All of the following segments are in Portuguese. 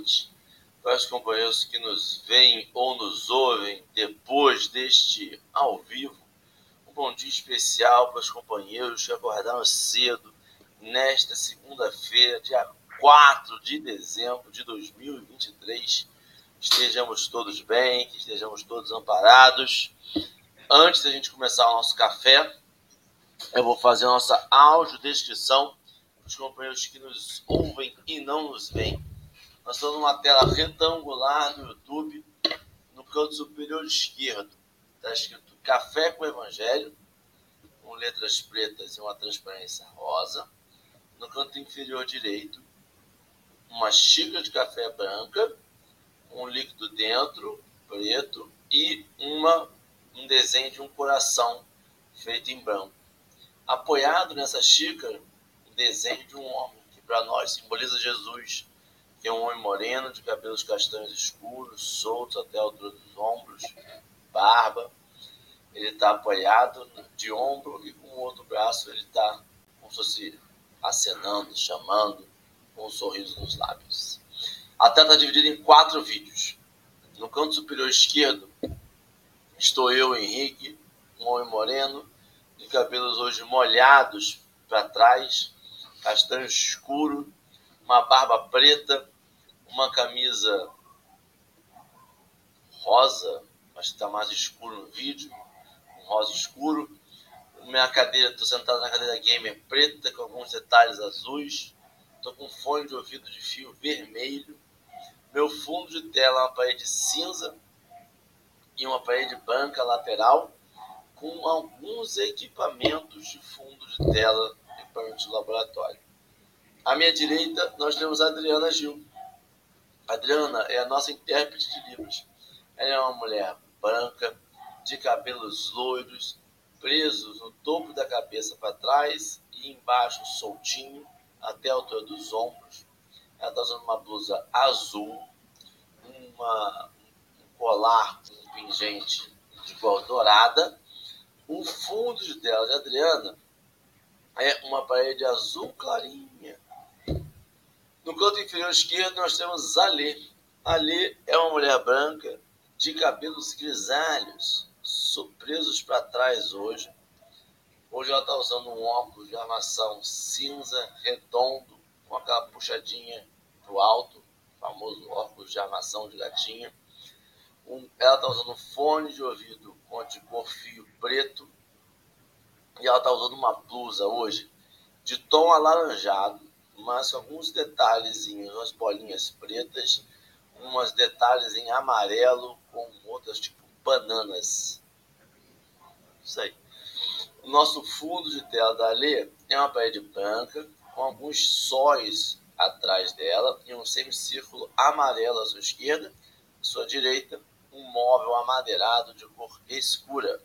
noite para os companheiros que nos veem ou nos ouvem depois deste ao vivo. Um bom dia especial para os companheiros que acordaram cedo nesta segunda-feira, dia 4 de dezembro de 2023. Estejamos todos bem, que estejamos todos amparados. Antes da gente começar o nosso café, eu vou fazer a nossa audiodescrição para os companheiros que nos ouvem e não nos veem. Nós estamos numa tela retangular no YouTube. No canto superior esquerdo está escrito Café com Evangelho, com letras pretas e uma transparência rosa. No canto inferior direito, uma xícara de café branca, um líquido dentro, preto, e um desenho de um coração feito em branco. Apoiado nessa xícara, um desenho de um homem, que para nós simboliza Jesus, que é um homem moreno, de cabelos castanhos escuros, soltos até a altura dos ombros, barba. Ele está apoiado de ombro e com o outro braço ele está como se fosse acenando, chamando, com um sorriso nos lábios. A tela está dividida em 4 vídeos. No canto superior esquerdo, estou eu, Henrique, um homem moreno, de cabelos hoje molhados para trás, castanho escuro, uma barba preta, uma camisa rosa, acho que está mais escuro no vídeo, um rosa escuro. Minha cadeira, estou sentado na cadeira gamer preta, com alguns detalhes azuis. Estou com fone de ouvido de fio vermelho. Meu fundo de tela é uma parede cinza e uma parede branca lateral, com alguns equipamentos de fundo de tela, equipamentos de laboratório. À minha direita, nós temos a Adriana Gil. A Adriana é a nossa intérprete de Libras. Ela é uma mulher branca, de cabelos loiros, presos no topo da cabeça para trás e embaixo soltinho, até a altura dos ombros. Ela está usando uma blusa azul, um colar com um pingente de cor dourada. O fundo de tela de Adriana é uma parede azul clarinha. No canto inferior esquerdo nós temos Alê. Alê é uma mulher branca de cabelos grisalhos, presos para trás hoje. Hoje ela está usando um óculos de armação cinza, redondo, com aquela puxadinha para o alto, o famoso óculos de armação de gatinha. Ela está usando um fone de ouvido de cor fio preto. E ela está usando uma blusa hoje de tom alaranjado, mas com alguns detalhezinhos, umas bolinhas pretas, umas detalhes em amarelo, com outras tipo bananas. Isso aí. O nosso fundo de tela da Alê é uma parede branca, com alguns sóis atrás dela, e um semicírculo amarelo à sua esquerda, à sua direita, um móvel amadeirado de cor escura.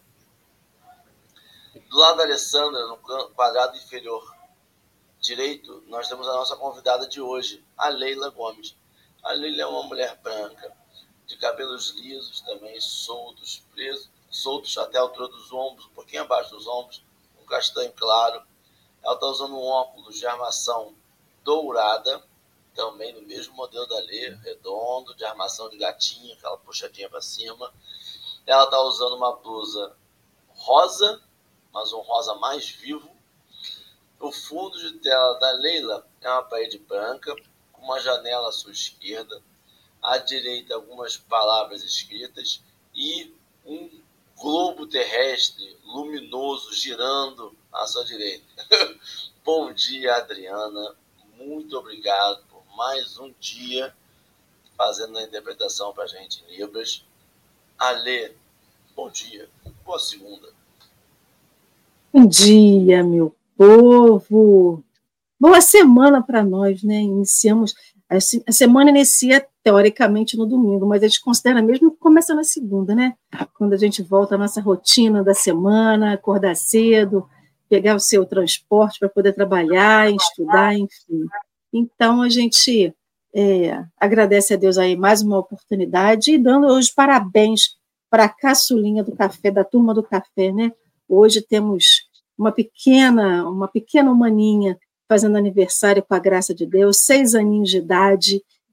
Do lado da Alessandra, no quadrado inferior direito, nós temos a nossa convidada de hoje, a Leila Gomes. A Leila é uma mulher branca, de cabelos lisos também, soltos, soltos até a altura dos ombros, um pouquinho abaixo dos ombros, um castanho claro. Ela está usando um óculos de armação dourada, também no mesmo modelo da Lê, redondo, de armação de gatinha, aquela puxadinha para cima. Ela está usando uma blusa rosa, mas um rosa mais vivo. O fundo de tela da Leila é uma parede branca, com uma janela à sua esquerda. À direita, algumas palavras escritas e um globo terrestre luminoso girando à sua direita. Bom dia, Adriana. Muito obrigado por mais um dia fazendo a interpretação para a gente em Libras. Alê, bom dia. Boa segunda. Bom dia, meu povo. Boa semana para nós, né? Iniciamos, a semana inicia teoricamente no domingo, mas a gente considera mesmo que começa na segunda, né? Quando a gente volta à nossa rotina da semana, acordar cedo, pegar o seu transporte para poder trabalhar, estudar, enfim. Então, a gente agradece a Deus aí mais uma oportunidade e dando hoje parabéns para a caçulinha do café, da turma do café, né? Hoje temos uma pequena humaninha fazendo aniversário com a graça de Deus, 6 aninhos de idade,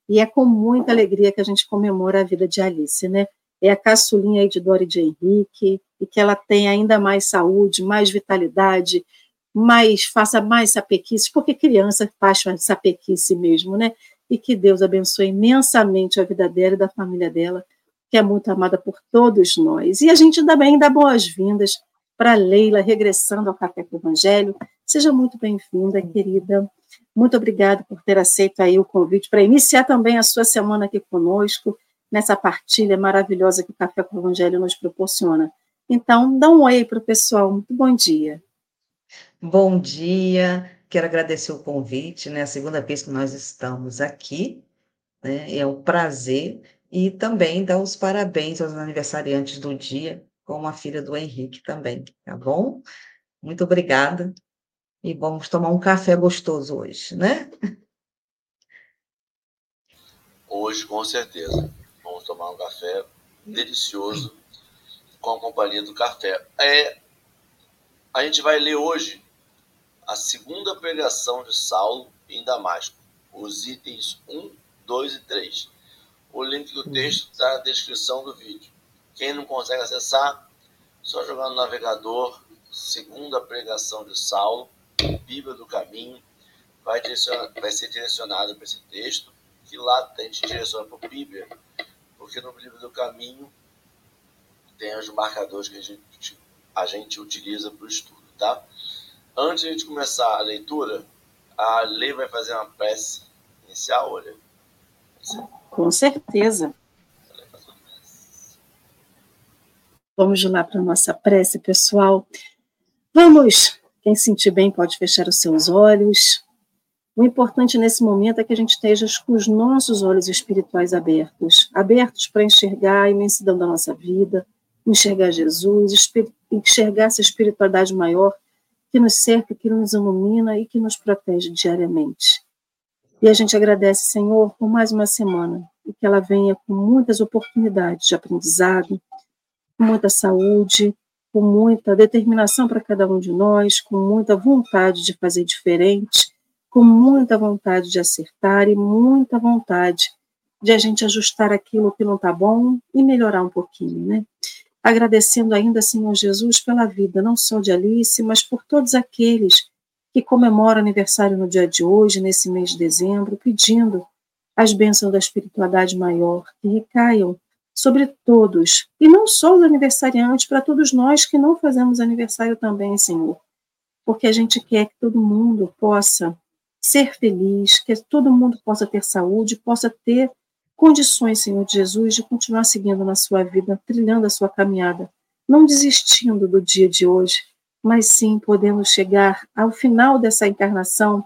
E é com muita alegria que a gente comemora a vida de Alice, né? É a caçulinha aí de Dora e de Henrique, e que ela tenha ainda mais saúde, mais vitalidade, faça mais sapequices, porque criança faz sapequice mesmo, né? E que Deus abençoe imensamente a vida dela e da família dela, que é muito amada por todos nós. E a gente também dá boas-vindas para Leila, regressando ao Café com o Evangelho. Seja muito bem-vinda, querida. Muito obrigada por ter aceito aí o convite para iniciar também a sua semana aqui conosco, nessa partilha maravilhosa que o Café com o Evangelho nos proporciona. Então, dá um oi para o pessoal. Muito bom dia. Bom dia, quero agradecer o convite, né? A segunda vez que nós estamos aqui, né? É um prazer e também dar os parabéns aos aniversariantes do dia, como a filha do Henrique também, tá bom? Muito obrigada e vamos tomar um café gostoso hoje, né? Hoje, com certeza, vamos tomar um café delicioso com a companhia do café. A gente vai ler hoje a segunda pregação de Saulo em Damasco, os itens 1, 2 e 3. O link do texto está na descrição do vídeo. Quem não consegue acessar, só jogar no navegador, segunda pregação de Saulo, Bíblia do Caminho, vai ser direcionado para esse texto, que lá a gente direciona para a Bíblia, porque no Bíblia do Caminho tem os marcadores que a gente utiliza para o estudo, tá? Antes de a gente começar a leitura, a Lê vai fazer uma prece inicial, olha. Com certeza. Vamos lá para a nossa prece, pessoal. Vamos! Quem se sentir bem pode fechar os seus olhos. O importante nesse momento é que a gente esteja com os nossos olhos espirituais abertos, abertos para enxergar a imensidão da nossa vida, enxergar Jesus, enxergar essa espiritualidade maior que nos cerca, que nos ilumina e que nos protege diariamente. E a gente agradece, Senhor, por mais uma semana, e que ela venha com muitas oportunidades de aprendizado, com muita saúde, com muita determinação para cada um de nós, com muita vontade de fazer diferente, com muita vontade de acertar e muita vontade de a gente ajustar aquilo que não está bom e melhorar um pouquinho, né? Agradecendo ainda, Senhor Jesus, pela vida, não só de Alice, mas por todos aqueles que comemoram aniversário no dia de hoje, nesse mês de dezembro, pedindo as bênçãos da espiritualidade maior, que recaiam sobre todos, e não só os aniversariantes, para todos nós que não fazemos aniversário também, Senhor, porque a gente quer que todo mundo possa ser feliz, que todo mundo possa ter saúde, possa ter condições, Senhor de Jesus, de continuar seguindo na sua vida, trilhando a sua caminhada, não desistindo do dia de hoje, mas sim podendo chegar ao final dessa encarnação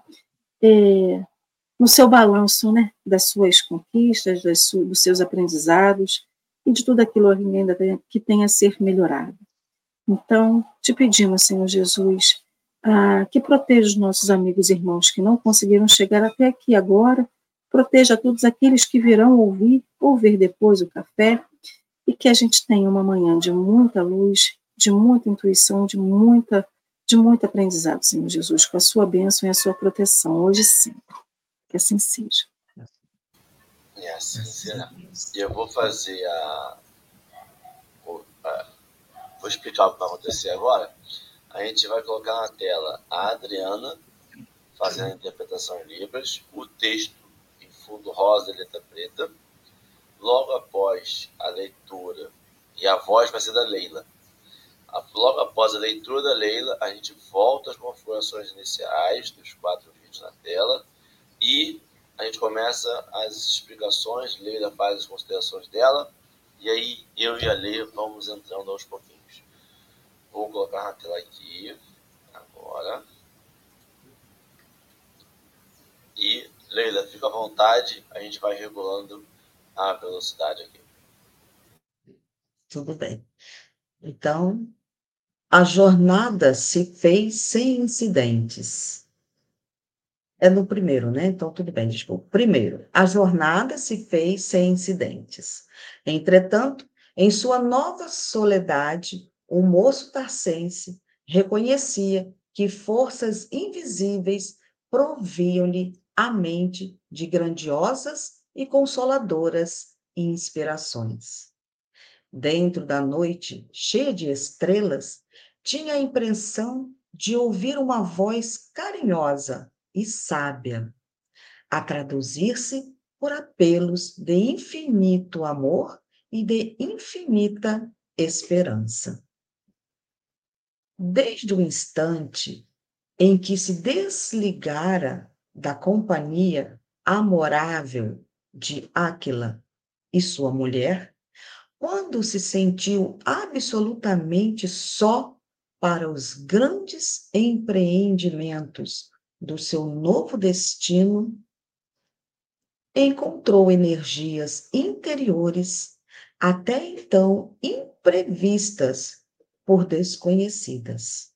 no seu balanço, né, das suas conquistas, dos seus aprendizados e de tudo aquilo ainda que tenha a ser melhorado. Então, te pedimos, Senhor Jesus, que proteja os nossos amigos e irmãos que não conseguiram chegar até aqui agora, proteja todos aqueles que virão ouvir ou ver depois o café, e que a gente tenha uma manhã de muita luz, de muita intuição, de muito aprendizado, Senhor Jesus, com a sua bênção e a sua proteção, hoje e sempre. Que assim seja. E assim será. E eu vou fazer vou explicar o que vai acontecer agora. A gente vai colocar na tela a Adriana fazendo a interpretação em Libras, o texto em fundo rosa e letra preta. Logo após a leitura, e a voz vai ser da Leila. Logo após a leitura da Leila, a gente volta às configurações iniciais dos 4 vídeos na tela e a gente começa as explicações, Leila faz as considerações dela e aí eu e a Leila vamos entrando aos pouquinhos. Vou colocar na tela aqui, agora. E, Leila, fica à vontade, a gente vai regulando a velocidade aqui. Tudo bem. Então, a jornada se fez sem incidentes. É no primeiro, né? Então, tudo bem, desculpa. Primeiro, a jornada se fez sem incidentes. Entretanto, em sua nova soledade, o moço tarcense reconhecia que forças invisíveis proviam-lhe a mente de grandiosas e consoladoras inspirações. Dentro da noite, cheia de estrelas, tinha a impressão de ouvir uma voz carinhosa e sábia, a traduzir-se por apelos de infinito amor e de infinita esperança. Desde o instante em que se desligara da companhia amorável de Áquila e sua mulher, quando se sentiu absolutamente só para os grandes empreendimentos do seu novo destino, encontrou energias interiores até então imprevistas por desconhecidas.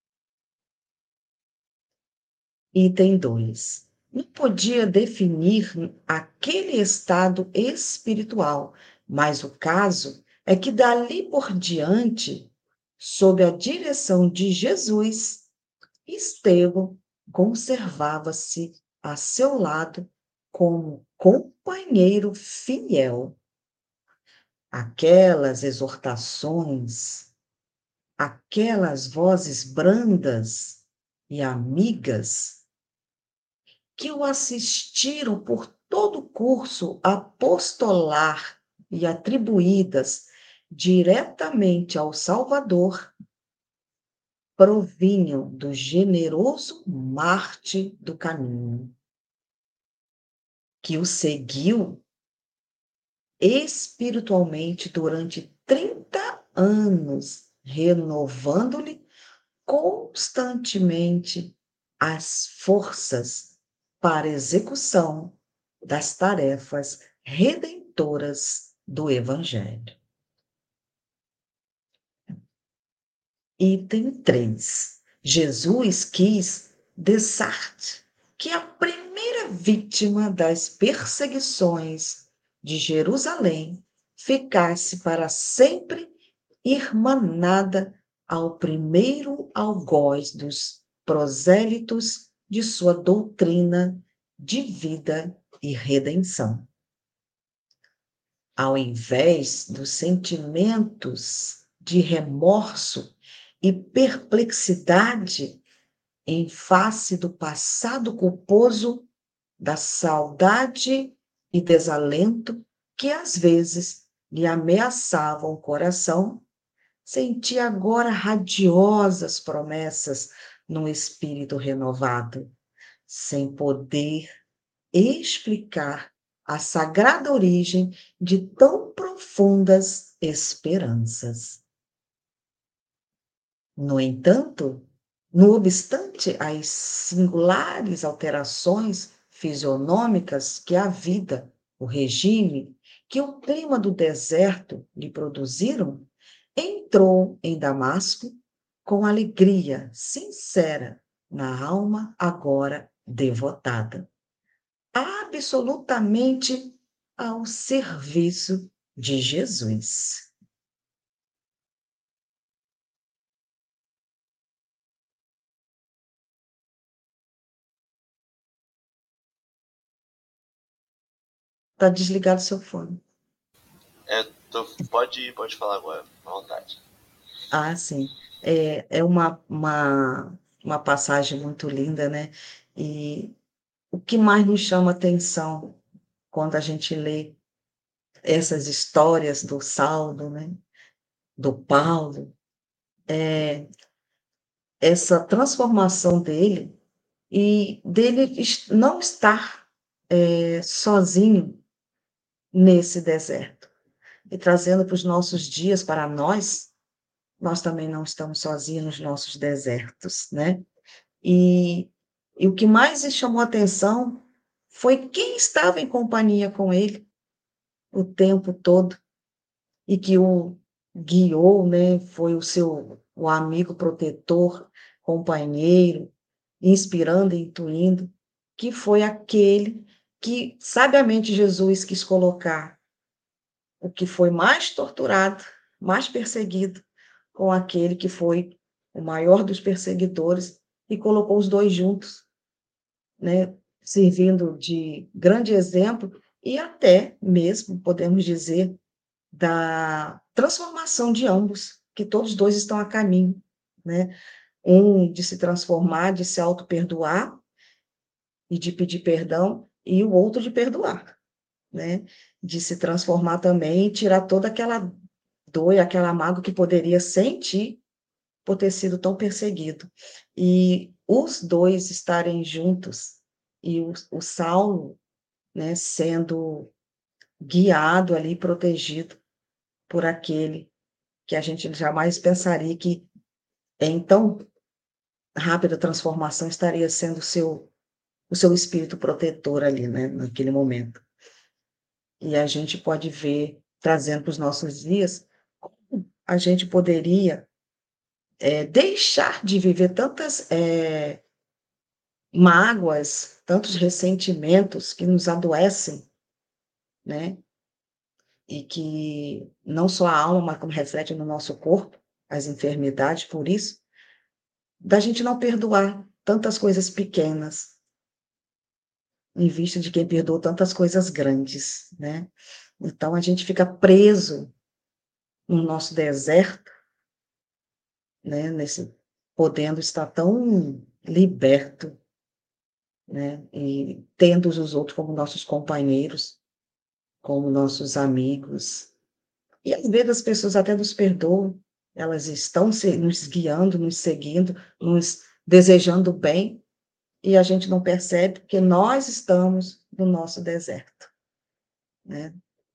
Item 2. Não podia definir aquele estado espiritual, mas o caso é que dali por diante, sob a direção de Jesus, Estevão conservava-se a seu lado como companheiro fiel. Aquelas exortações, aquelas vozes brandas e amigas que o assistiram por todo o curso apostolar e atribuídas diretamente ao Salvador, provinham do generoso Marte do caminho, que o seguiu espiritualmente durante 30 anos, renovando-lhe constantemente as forças para execução das tarefas redentoras do Evangelho. Item 3. Jesus quis Descartes que a primeira vítima das perseguições de Jerusalém ficasse para sempre irmanada ao primeiro algoz dos prosélitos de sua doutrina de vida e redenção. Ao invés dos sentimentos de remorso e perplexidade em face do passado culposo, da saudade e desalento que às vezes lhe ameaçavam o coração, sentia agora radiosas promessas num espírito renovado, sem poder explicar a sagrada origem de tão profundas esperanças. No entanto, no obstante as singulares alterações fisionômicas que a vida, o regime, que o clima do deserto lhe produziram, entrou em Damasco com alegria sincera na alma agora devotada, absolutamente ao serviço de Jesus. Está desligado o seu fone. Pode falar agora, à vontade. Ah, sim. É uma passagem muito linda, né? E o que mais nos chama atenção quando a gente lê essas histórias do Saulo, né? Do Paulo, é essa transformação dele e dele não estar sozinho nesse deserto. E trazendo para os nossos dias, para nós também não estamos sozinhos nos nossos desertos, né? E o que mais chamou a atenção foi quem estava em companhia com ele o tempo todo e que o guiou, né? Foi o amigo protetor, companheiro, inspirando e intuindo, que foi aquele que sabiamente Jesus quis colocar o que foi mais torturado, mais perseguido, com aquele que foi o maior dos perseguidores e colocou os dois juntos, né, servindo de grande exemplo e até mesmo, podemos dizer, da transformação de ambos, que todos dois estão a caminho, né? Um de se transformar, de se auto-perdoar e de pedir perdão, e o outro de perdoar, né? De se transformar também e tirar toda aquela dor e aquela mágoa que poderia sentir por ter sido tão perseguido. E os dois estarem juntos, e o Saulo, né, sendo guiado ali, protegido por aquele que a gente jamais pensaria que em tão rápida transformação estaria sendo o seu espírito protetor ali, né, naquele momento. E a gente pode ver, trazendo para os nossos dias, como a gente poderia deixar de viver tantas mágoas, tantos ressentimentos que nos adoecem, né? E que não só a alma, mas como reflete no nosso corpo, as enfermidades, por isso, da gente não perdoar tantas coisas pequenas, em vista de quem perdoou tantas coisas grandes, né? Então, a gente fica preso no nosso deserto, né? Podendo estar tão liberto, né? E tendo os outros como nossos companheiros, como nossos amigos. E às vezes as pessoas até nos perdoam, elas estão nos guiando, nos seguindo, nos desejando bem, e a gente não percebe que nós estamos no nosso deserto, né?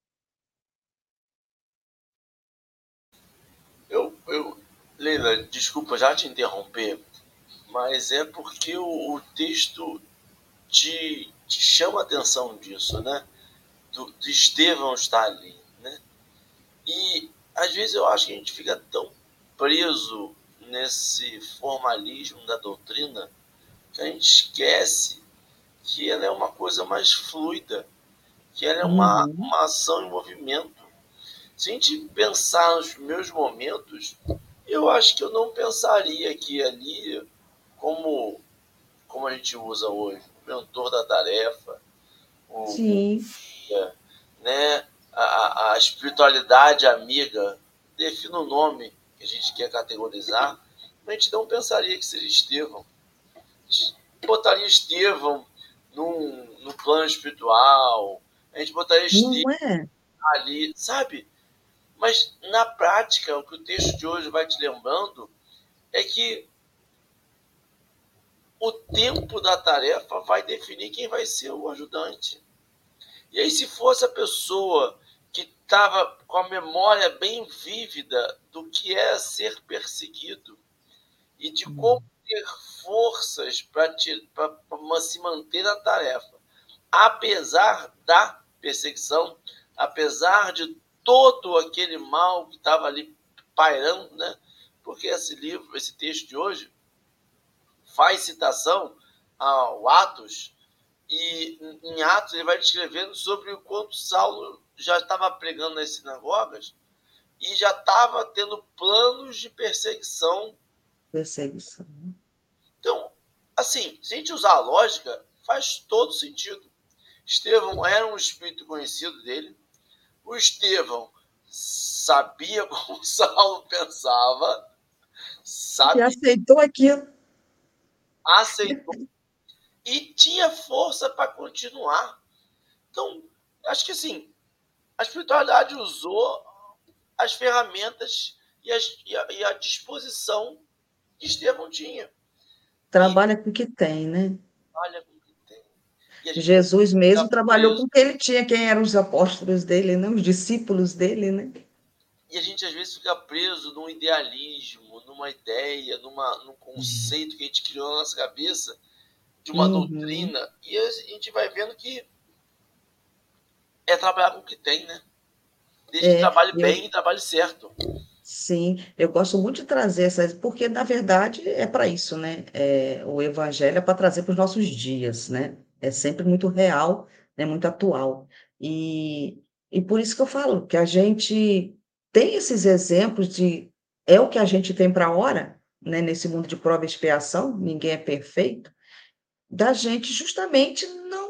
Leila, desculpa já te interromper, mas é porque o texto te chama a atenção disso, né? Do Estevão estar ali, né? E às vezes eu acho que a gente fica tão preso nesse formalismo da doutrina que a gente esquece que ela é uma coisa mais fluida, que ela é Uhum. uma ação em movimento. Se a gente pensar nos meus momentos, eu acho que eu não pensaria que ali, como a gente usa hoje, o mentor da tarefa, o Sim, guia, né, a espiritualidade amiga, define o nome que a gente quer categorizar, a gente não pensaria que seria Estevão. A gente botaria Estevão no plano espiritual, a gente botaria Estevão não é? ali, sabe? Mas, na prática, o que o texto de hoje vai te lembrando é que o tempo da tarefa vai definir quem vai ser o ajudante. E aí, se fosse a pessoa que estava com a memória bem vívida do que é ser perseguido e de como ter forças para se manter na tarefa, apesar da perseguição, apesar de todo aquele mal que estava ali pairando, né? Porque esse texto de hoje, faz citação ao Atos, e em Atos ele vai descrevendo sobre o quanto Saulo já estava pregando nas sinagogas e já estava tendo planos de perseguição. Perseguição. Então, assim, se a gente usar a lógica, faz todo sentido. Estevão era um espírito conhecido dele. O Estevão sabia como Saulo pensava, E sabia, aceitou aquilo. aceitou e tinha força para continuar. Então, acho que assim, a espiritualidade usou as ferramentas e a disposição que Estevão tinha. E Trabalha com o que tem, né? olha como que tem. E a gente Jesus fica mesmo trabalhou com preso. o que ele tinha, quem eram os apóstolos dele, né? Os discípulos dele, né? E a gente às vezes fica preso num idealismo, numa ideia, num conceito que a gente criou na nossa cabeça de uma Uhum. doutrina, e a gente vai vendo que é trabalhar com o que tem, né? Desde que É, trabalhe eu bem e trabalhe certo. sim, eu gosto muito de trazer essas, porque na verdade é para isso, né? O evangelho é para trazer para os nossos dias, né? É sempre muito real, né? Muito atual. E por isso que eu falo que a gente tem esses exemplos de é o que a gente tem para a hora, né? Nesse mundo de prova e expiação, ninguém é perfeito, da gente justamente não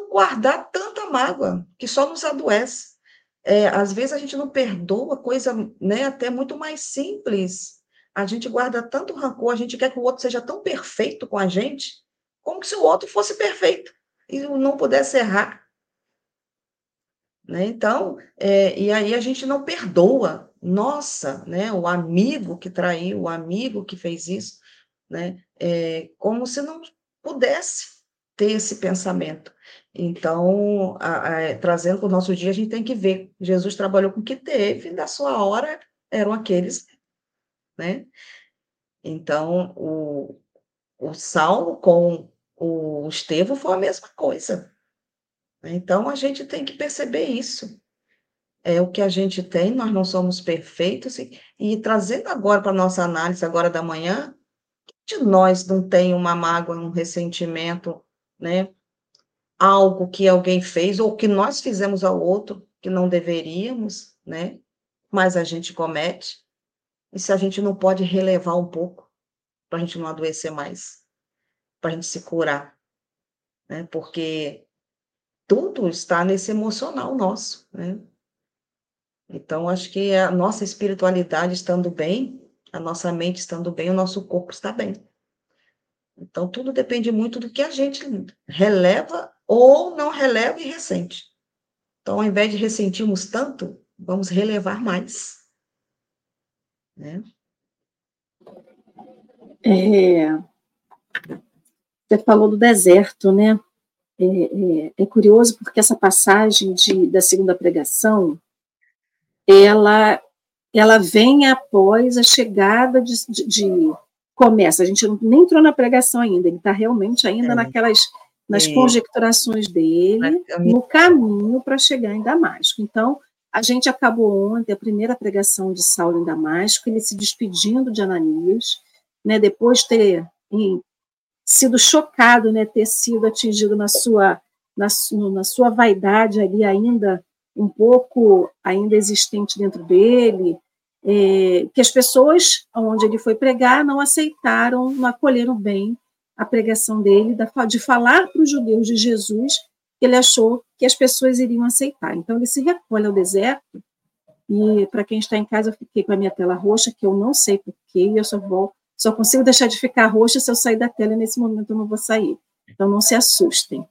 guardar tanta mágoa, que só nos adoece. Às vezes a gente não perdoa coisa, né, até muito mais simples. A gente guarda tanto rancor, a gente quer que o outro seja tão perfeito com a gente, como se o outro fosse perfeito e não pudesse errar. Né? Então, e aí a gente não perdoa. Nossa, né, o amigo que traiu, o amigo que fez isso, né, como se não pudesse ter esse pensamento. Então, trazendo para o nosso dia, a gente tem que ver, Jesus trabalhou com o que teve, da sua hora eram aqueles, né? Então, o Saulo com o Estevão foi a mesma coisa. Então, a gente tem que perceber isso. É o que a gente tem, nós não somos perfeitos, e trazendo agora para a nossa análise, agora da manhã, de nós não tem uma mágoa, um ressentimento, né? Algo que alguém fez, ou que nós fizemos ao outro, que não deveríamos, né? Mas a gente comete, e se a gente não pode relevar um pouco, para a gente não adoecer mais, para a gente se curar, né? Porque tudo está nesse emocional nosso, né? Então, acho que a nossa espiritualidade estando bem, a nossa mente estando bem, o nosso corpo está bem. Então, tudo depende muito do que a gente releva ou não releva e ressente. Então, ao invés de ressentirmos tanto, vamos relevar mais. Né? Você falou do deserto, né? É curioso porque essa passagem da segunda pregação, ela vem após a chegada começa, a gente nem entrou na pregação ainda, ele está realmente ainda nas conjecturações dele, no caminho para chegar em Damasco. Então, a gente acabou ontem a primeira pregação de Saulo em Damasco, ele se despedindo de Ananias, né, depois de ter sido chocado, né, ter sido atingido na sua vaidade ali ainda um pouco ainda existente dentro dele, que as pessoas onde ele foi pregar não aceitaram, não acolheram bem a pregação dele, de falar para os judeus de Jesus, que ele achou que as pessoas iriam aceitar. Então ele se recolhe ao deserto, e para quem está em casa, eu fiquei com a minha tela roxa, que eu não sei porquê, e eu só consigo deixar de ficar roxa se eu sair da tela, e nesse momento eu não vou sair. Então não se assustem.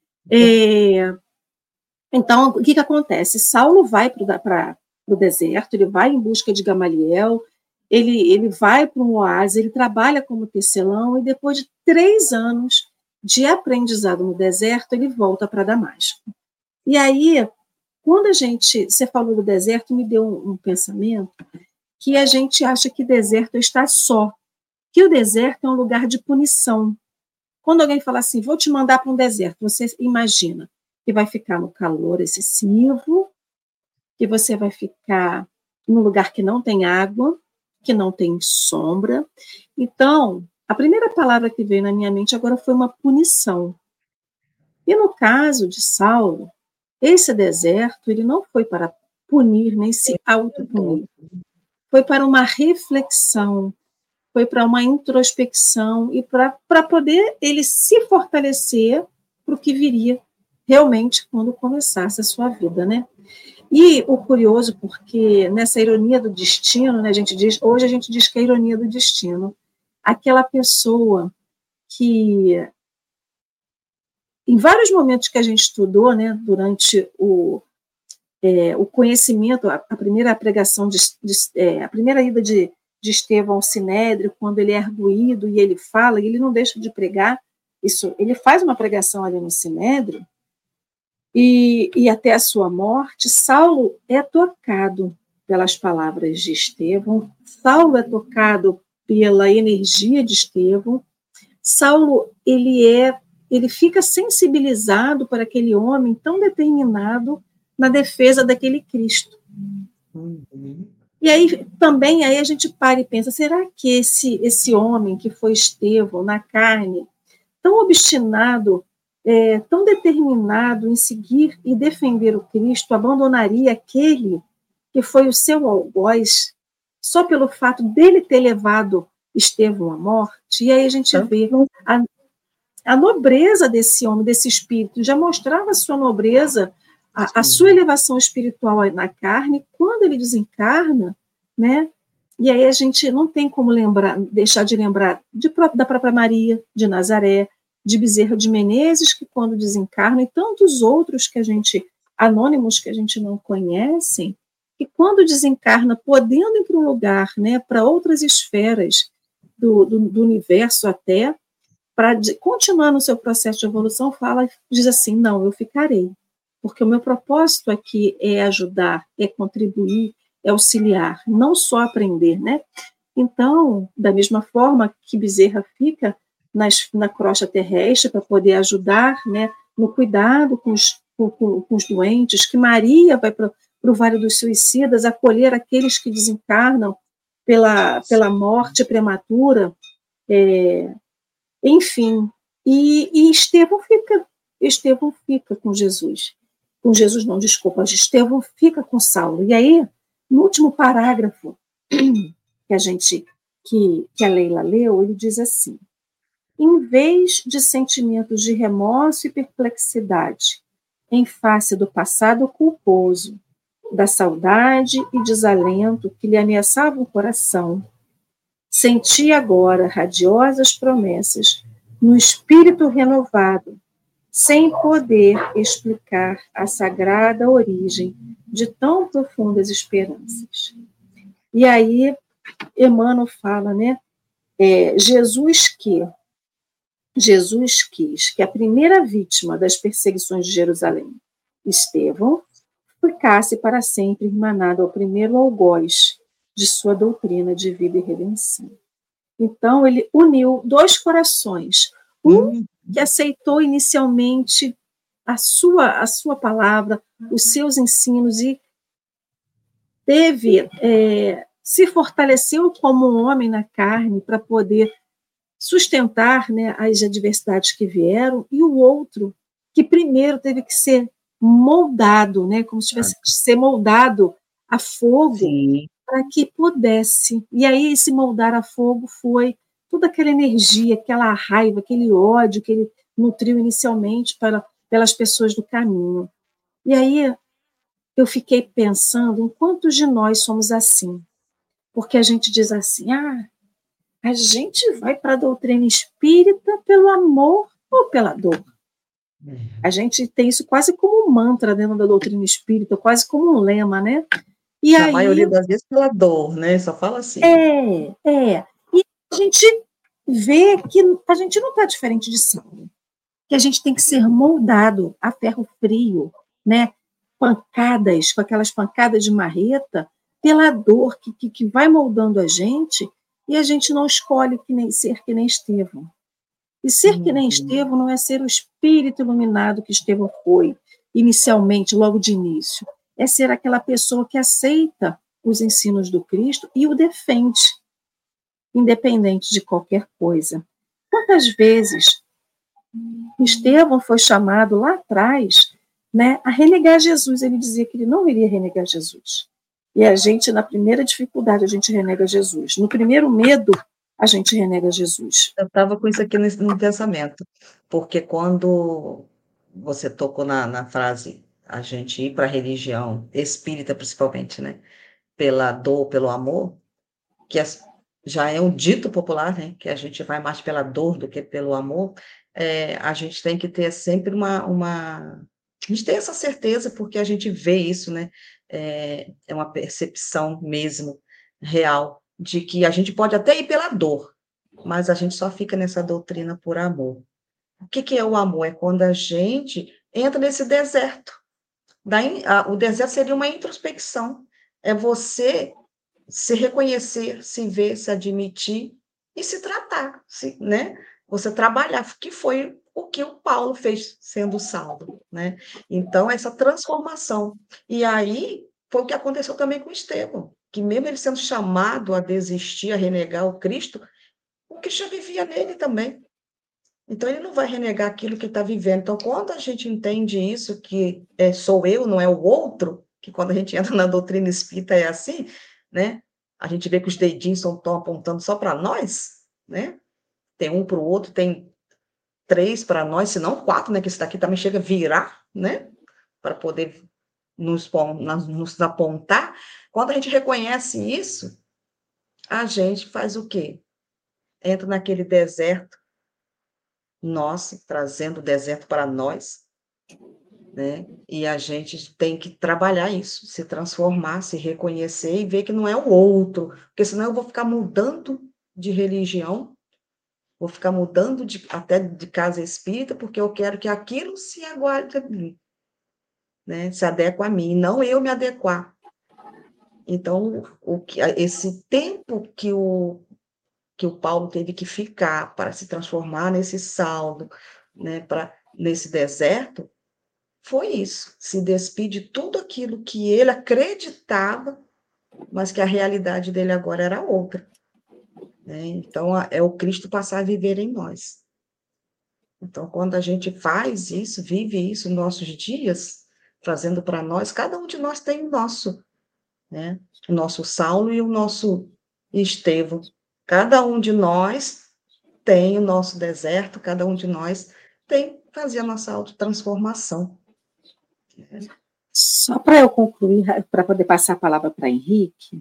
Então, o que acontece? Saulo vai para o deserto, ele vai em busca de Gamaliel, ele vai para um oásis, ele trabalha como tecelão, e depois de 3 anos de aprendizado no deserto, ele volta para Damasco. E aí, quando você falou do deserto, me deu um pensamento que a gente acha que deserto é estar só, que o deserto é um lugar de punição. Quando alguém fala assim, vou te mandar para um deserto, você imagina que vai ficar no calor excessivo, que você vai ficar num lugar que não tem água, que não tem sombra. Então, a primeira palavra que veio na minha mente agora foi uma punição. E no caso de Saulo, esse deserto, ele não foi para punir, nem se autopunir. Foi para uma reflexão, foi para uma introspecção e para poder ele se fortalecer para o que viria realmente quando começasse a sua vida, né? E o curioso, porque nessa ironia do destino, né, hoje a gente diz que é a ironia do destino, aquela pessoa que, em vários momentos que a gente estudou, né, durante o conhecimento, a primeira pregação, a primeira ida de Estevão ao Sinédrio, quando ele é arguído e ele fala, e ele não deixa de pregar, ele faz uma pregação ali no Sinédrio, e até a sua morte, Saulo é tocado pelas palavras de Estevão, Saulo é tocado pela energia de Estevão, Saulo ele fica sensibilizado por aquele homem tão determinado na defesa daquele Cristo. Uhum. E aí também a gente para e pensa, será que esse homem que foi Estevão na carne, tão obstinado, tão determinado em seguir e defender o Cristo, abandonaria aquele que foi o seu algoz só pelo fato dele ter levado Estevão à morte? E aí a gente vê a nobreza desse homem, desse espírito, já mostrava a sua nobreza, a sua elevação espiritual na carne, quando ele desencarna, né? E aí a gente não tem como deixar de lembrar da própria Maria de Nazaré, de Bezerra de Menezes, que quando desencarna, e tantos outros anônimos que a gente não conhece, que quando desencarna, podendo ir para um lugar, né, para outras esferas do universo até, para continuar no seu processo de evolução, diz assim, não, eu ficarei, porque o meu propósito aqui é ajudar, é contribuir, é auxiliar, não só aprender, né? Então, da mesma forma que Bezerra fica na crosta terrestre para poder ajudar, né, no cuidado com os doentes, que Maria vai para o Vale dos Suicidas acolher aqueles que desencarnam pela morte prematura, enfim, e Estevão fica com Jesus. Com Jesus não, desculpa, Estevão fica com Saulo. E aí, no último parágrafo que a Leila leu, ele diz assim: em vez de sentimentos de remorso e perplexidade em face do passado culposo, da saudade e desalento que lhe ameaçavam o coração, senti agora radiosas promessas no espírito renovado, sem poder explicar a sagrada origem de tão profundas esperanças. E aí, Emmanuel fala, né? Jesus quis que a primeira vítima das perseguições de Jerusalém, Estevão, ficasse para sempre irmanado ao primeiro algoz de sua doutrina de vida e redenção. Então, ele uniu dois corações. Um que aceitou inicialmente a sua palavra, os seus ensinos, e se fortaleceu como um homem na carne para poder sustentar, né, as adversidades que vieram, e o outro que primeiro teve que ser moldado, né, como se tivesse que ser moldado a fogo, para que pudesse. E aí esse moldar a fogo foi toda aquela energia, aquela raiva, aquele ódio que ele nutriu inicialmente pelas pessoas do caminho. E aí eu fiquei pensando em quantos de nós somos assim. Porque a gente diz assim, a gente vai para a doutrina espírita pelo amor ou pela dor? A gente tem isso quase como um mantra dentro da doutrina espírita, quase como um lema, né? E a maioria das vezes pela dor, né? Só fala assim. E a gente vê que a gente não está diferente de Saulo, que a gente tem que ser moldado a ferro frio, né? Pancadas, com aquelas pancadas de marreta, pela dor que vai moldando a gente, e a gente não escolhe ser que nem Estevão. E ser que nem Estevão não é ser o espírito iluminado que Estevão foi, inicialmente, logo de início. É ser aquela pessoa que aceita os ensinos do Cristo e o defende, independente de qualquer coisa. Quantas vezes Estevão foi chamado lá atrás, né, a renegar Jesus? Ele dizia que ele não iria renegar Jesus. E a gente, na primeira dificuldade, a gente renega Jesus. No primeiro medo, a gente renega Jesus. Eu estava com isso aqui no pensamento, porque quando você tocou na frase a gente ir para a religião espírita, principalmente, né, pela dor, pelo amor, que já é um dito popular, né, que a gente vai mais pela dor do que pelo amor, a gente tem que ter sempre a gente tem essa certeza porque a gente vê isso, né, é uma percepção mesmo real de que a gente pode até ir pela dor, mas a gente só fica nessa doutrina por amor. O que é o amor? É quando a gente entra nesse deserto. O deserto seria uma introspecção. É você se reconhecer, se ver, se admitir e se tratar, né? Você trabalhar, que foi o que o Paulo fez sendo Saulo, né? Então, essa transformação. E aí, foi o que aconteceu também com Estevão, que mesmo ele sendo chamado a desistir, a renegar o Cristo já vivia nele também. Então, ele não vai renegar aquilo que ele está vivendo. Então, quando a gente entende isso, que sou eu, não é o outro, que quando a gente entra na doutrina espírita é assim, né? A gente vê que os dedinhos estão apontando só para nós, né? Tem um para o outro, tem 3 para nós, se não 4, né? Que esse daqui também chega a virar, né? Para poder nos apontar. Quando a gente reconhece isso, a gente faz o quê? Entra naquele deserto, nosso, trazendo o deserto para nós, né? E a gente tem que trabalhar isso, se transformar, se reconhecer e ver que não é o outro, porque senão eu vou ficar mudando de religião, vou ficar mudando até de casa espírita, porque eu quero que aquilo se aguarde a mim, né? Se adequa a mim, e não eu me adequar. Então, esse tempo que o Paulo teve que ficar para se transformar nesse Saulo, né, nesse deserto, foi isso, se despir de tudo aquilo que ele acreditava, mas que a realidade dele agora era outra, né? Então, é o Cristo passar a viver em nós. Então, quando a gente faz isso, vive isso nos nossos dias, trazendo para nós, cada um de nós tem o nosso, né? O nosso Saulo e o nosso Estevão. Cada um de nós tem o nosso deserto, cada um de nós tem que fazer a nossa autotransformação. Só para eu concluir, para poder passar a palavra para Henrique,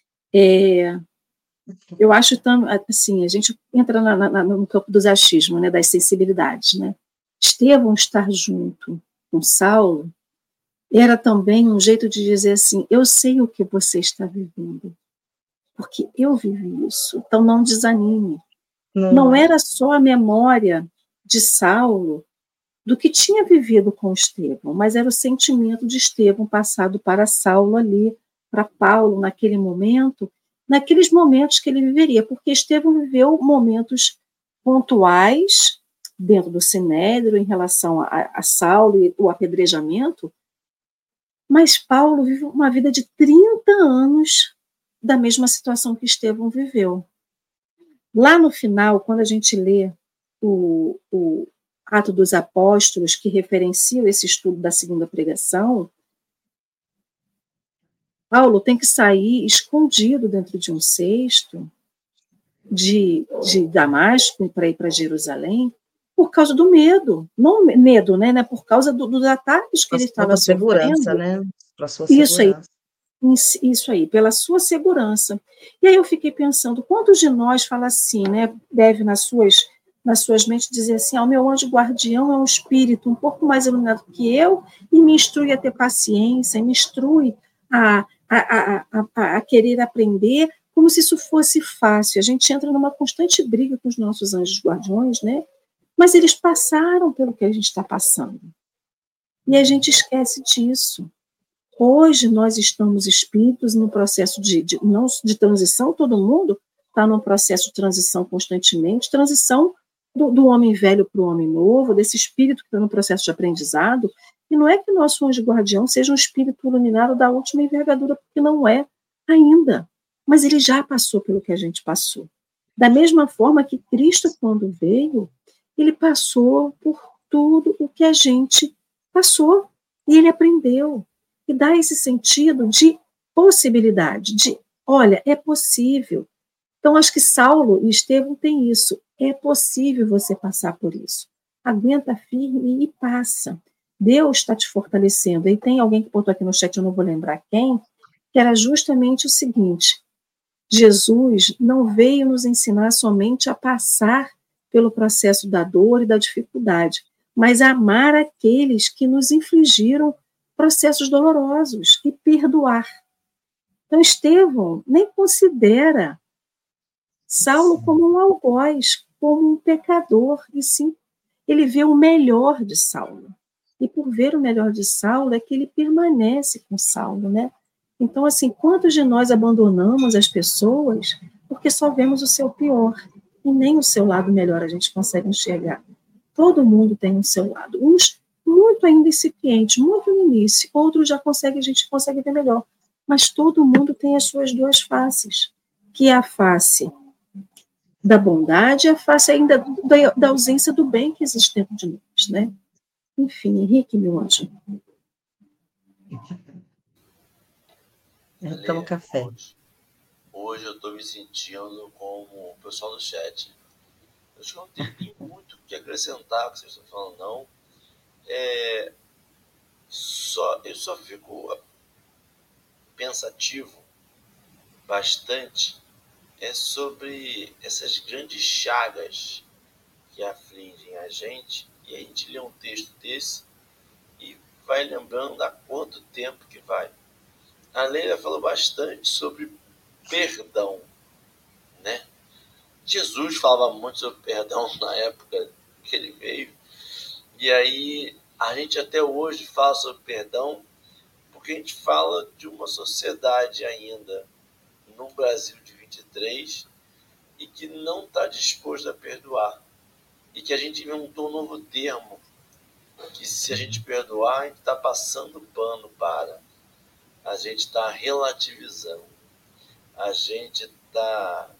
eu acho assim, a gente entra no campo dos achismos, né, das sensibilidades, né? Estevão estar junto com Saulo era também um jeito de dizer assim, eu sei o que você está vivendo, porque eu vivi isso, então não desanime. Não era só a memória de Saulo do que tinha vivido com Estevão, mas era o sentimento de Estevão passado para Saulo ali, para Paulo naquele momento, naqueles momentos que ele viveria, porque Estevão viveu momentos pontuais dentro do Sinédrio em relação a Saulo e o apedrejamento, mas Paulo vive uma vida de 30 anos da mesma situação que Estevão viveu. Lá no final, quando a gente lê o Atos dos Apóstolos, que referencia esse estudo da segunda pregação, Paulo tem que sair escondido dentro de um cesto de Damasco para ir para Jerusalém por causa do medo. Não medo, né? Por causa dos ataques que ele estava segurança, sofrendo. né? Para sua Isso aí. segurança. Isso aí, pela sua segurança. E aí eu fiquei pensando, quantos de nós fala assim, né? Deve nas suas mentes dizer assim, o meu anjo guardião é um espírito um pouco mais iluminado que eu e me instrui a ter paciência, me instrui a querer aprender, como se isso fosse fácil. A gente entra numa constante briga com os nossos anjos guardiões, né? Mas eles passaram pelo que a gente está passando. E a gente esquece disso. Hoje nós estamos espíritos no processo não de transição, todo mundo está num processo de transição constantemente, transição do homem velho para o homem novo, desse espírito que está no processo de aprendizado, e não é que o nosso anjo guardião seja um espírito iluminado da última envergadura, porque não é ainda, mas ele já passou pelo que a gente passou. Da mesma forma que Cristo, quando veio, ele passou por tudo o que a gente passou, e ele aprendeu. E dá esse sentido de possibilidade, de, olha, é possível. Então, acho que Saulo e Estevão têm isso. É possível você passar por isso. Aguenta firme e passa. Deus está te fortalecendo. E tem alguém que botou aqui no chat, eu não vou lembrar quem, que era justamente o seguinte: Jesus não veio nos ensinar somente a passar pelo processo da dor e da dificuldade, mas a amar aqueles que nos infligiram processos dolorosos e perdoar. Então, Estevão nem considera Saulo como um algoz, como um pecador, e sim, ele vê o melhor de Saulo. E por ver o melhor de Saulo é que ele permanece com Saulo, né? Então, assim, quantos de nós abandonamos as pessoas porque só vemos o seu pior e nem o seu lado melhor a gente consegue enxergar. Todo mundo tem um seu lado. Uns muito ainda incipientes, muito no início, outros a gente consegue ver melhor. Mas todo mundo tem as suas duas faces, que é a face da bondade e a face ainda da ausência do bem que existe dentro de nós, né? Enfim, Henrique, meu anjo. Toma café. Hoje eu estou me sentindo como o pessoal do chat. acho que não tem nem muito o que acrescentar o que vocês estão falando, não. Eu só fico pensativo bastante sobre essas grandes chagas que afligem a gente, e a gente lê um texto desse e vai lembrando há quanto tempo que vai. A Leila falou bastante sobre perdão, né? Jesus falava muito sobre perdão na época que ele veio, e aí a gente até hoje fala sobre perdão porque a gente fala de uma sociedade ainda no Brasil de 23 e que não está disposto a perdoar. E que a gente inventou um novo termo, que se a gente perdoar, a gente está passando pano para, a gente está relativizando, a gente está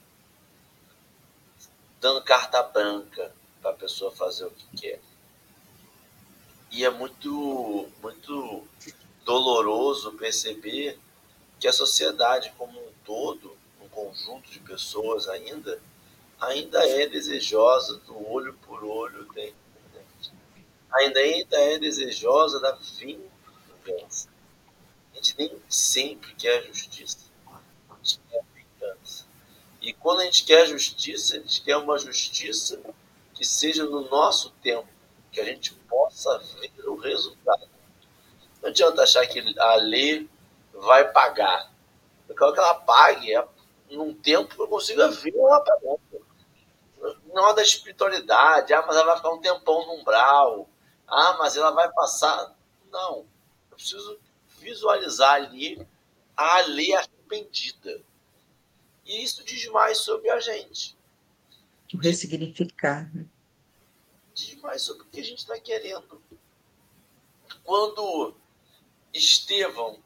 dando carta branca para a pessoa fazer o que quer. E é muito, muito doloroso perceber que a sociedade como um todo, um conjunto de pessoas ainda é desejosa do olho por olho, dente por dente. Ainda é desejosa da vingança. A gente nem sempre quer justiça. A gente quer vingança. E quando a gente quer justiça, a gente quer uma justiça que seja no nosso tempo, que a gente possa ver o resultado. Não adianta achar que a lei vai pagar. Eu quero que ela pague num tempo que eu consiga ver ela pagando. Não é da espiritualidade, mas ela vai ficar um tempão no umbral, mas ela vai passar. Não, eu preciso visualizar ali a lei arrependida. E isso diz mais sobre a gente. Ressignificar. Diz mais sobre o que a gente está querendo. Quando Estevão,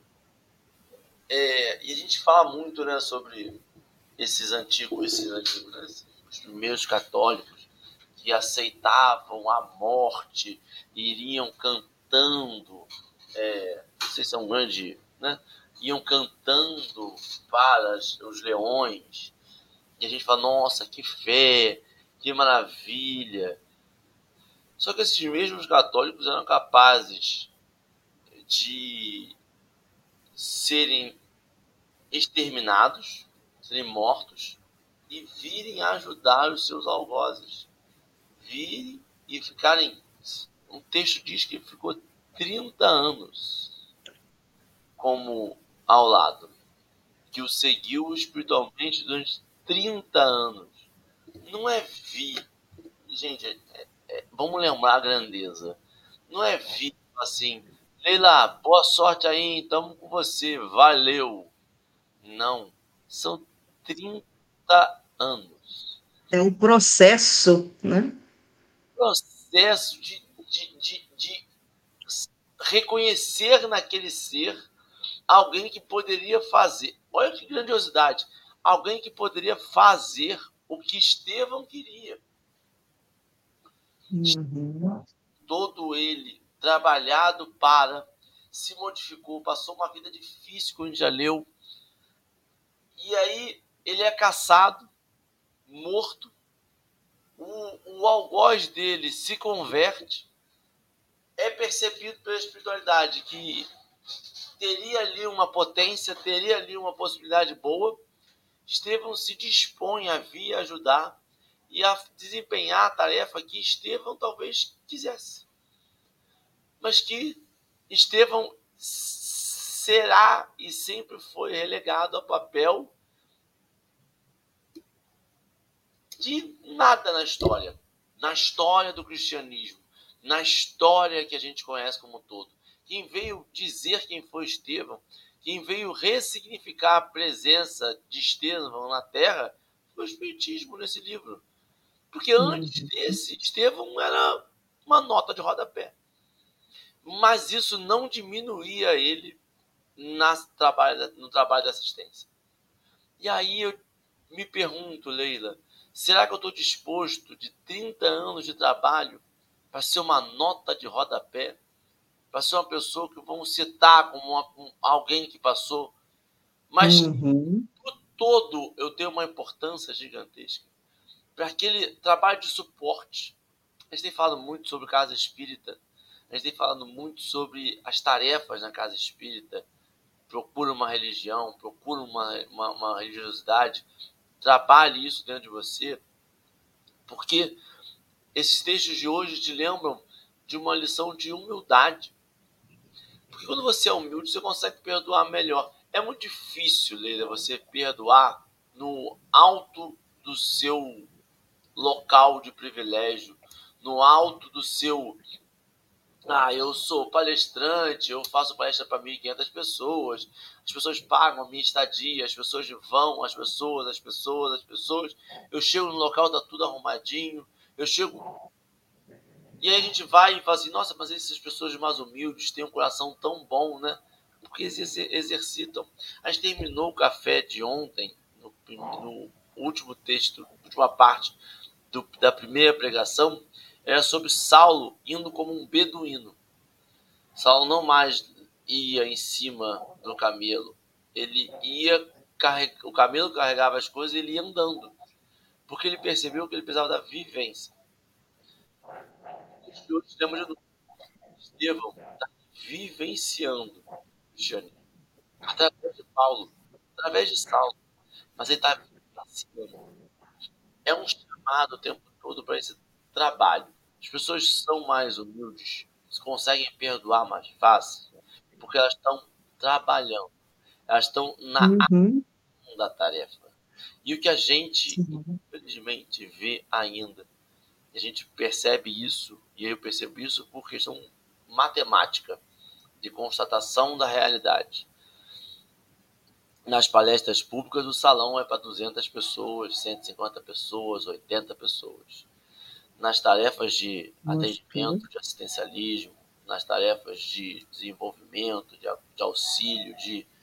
e a gente fala muito, né, sobre esses antigos, né, os primeiros católicos, que aceitavam a morte, iriam cantando, não sei se é um grande, né? Iam cantando para os leões, e a gente fala, nossa, que fé, que maravilha. Só que esses mesmos católicos eram capazes de serem exterminados, serem mortos, e virem ajudar os seus algozes. Virem e ficarem. Um texto diz que ficou 30 anos como ao lado, que o seguiu espiritualmente durante 30 anos. Não é vir, gente, vamos lembrar a grandeza. Não é vir assim, Leila, boa sorte aí, estamos com você, valeu. Não, são 30 anos. É um processo, né? Processo de reconhecer naquele ser alguém que poderia fazer. Olha que grandiosidade! Alguém que poderia fazer o que Estevão queria. Uhum. Todo ele trabalhado para, se modificou, passou uma vida difícil, como a gente já leu. E aí ele é caçado, morto. O algoz dele se converte. É percebido pela espiritualidade que teria ali uma potência, teria ali uma possibilidade boa. Estevão se dispõe a vir ajudar e a desempenhar a tarefa que Estevão talvez quisesse. Mas que Estevão será e sempre foi relegado ao papel de nada na história do cristianismo, na história que a gente conhece como um todo. Quem veio dizer quem foi Estevão, quem veio ressignificar a presença de Estevão na Terra, foi o Espiritismo nesse livro. Porque antes desse, Estevão era uma nota de rodapé. Mas isso não diminuía ele no trabalho de assistência. E aí eu me pergunto, Leila, será que eu estou disposto de 30 anos de trabalho para ser uma nota de rodapé? Para ser uma pessoa que vão citar como alguém que passou? Mas no todo eu tenho uma importância gigantesca. para aquele trabalho de suporte. A gente tem falado muito sobre casa espírita, a gente tem falado muito sobre as tarefas na casa espírita. Procura uma religião, procura uma religiosidade, trabalhe isso dentro de você, porque esses textos de hoje te lembram de uma lição de humildade. Porque quando você é humilde, você consegue perdoar melhor. É muito difícil, Leila, você perdoar no alto do seu local de privilégio, no alto do seu... eu sou palestrante, eu faço palestra para 1.500 pessoas, as pessoas pagam a minha estadia, as pessoas vão, as pessoas. Eu chego no local, tá tudo arrumadinho, eu chego... E aí a gente vai e fala assim, nossa, mas essas pessoas mais humildes têm um coração tão bom, né? Porque eles exercitam. A gente terminou o café de ontem, no último texto, última parte da primeira pregação, era sobre Saulo indo como um beduíno. Saulo não mais ia em cima do camelo. Ele ia, o camelo carregava as coisas e ele ia andando. Porque ele percebeu que ele precisava da vivência. E hoje temos de Estevão está vivenciando o cristianismo através de Paulo, através de Saulo, mas ele está vivenciando. É um chamado o tempo todo para esse trabalho. As pessoas são mais humildes, conseguem perdoar mais fácil, porque elas estão trabalhando, elas estão na Uhum. ação da tarefa. E o que a gente, Sim. infelizmente, vê ainda, a gente percebe isso, e eu percebo isso por questão matemática, de constatação da realidade. Nas palestras públicas, o salão é para 200 pessoas, 150 pessoas, 80 pessoas. Nas tarefas de atendimento, de assistencialismo, nas tarefas de desenvolvimento, de auxílio,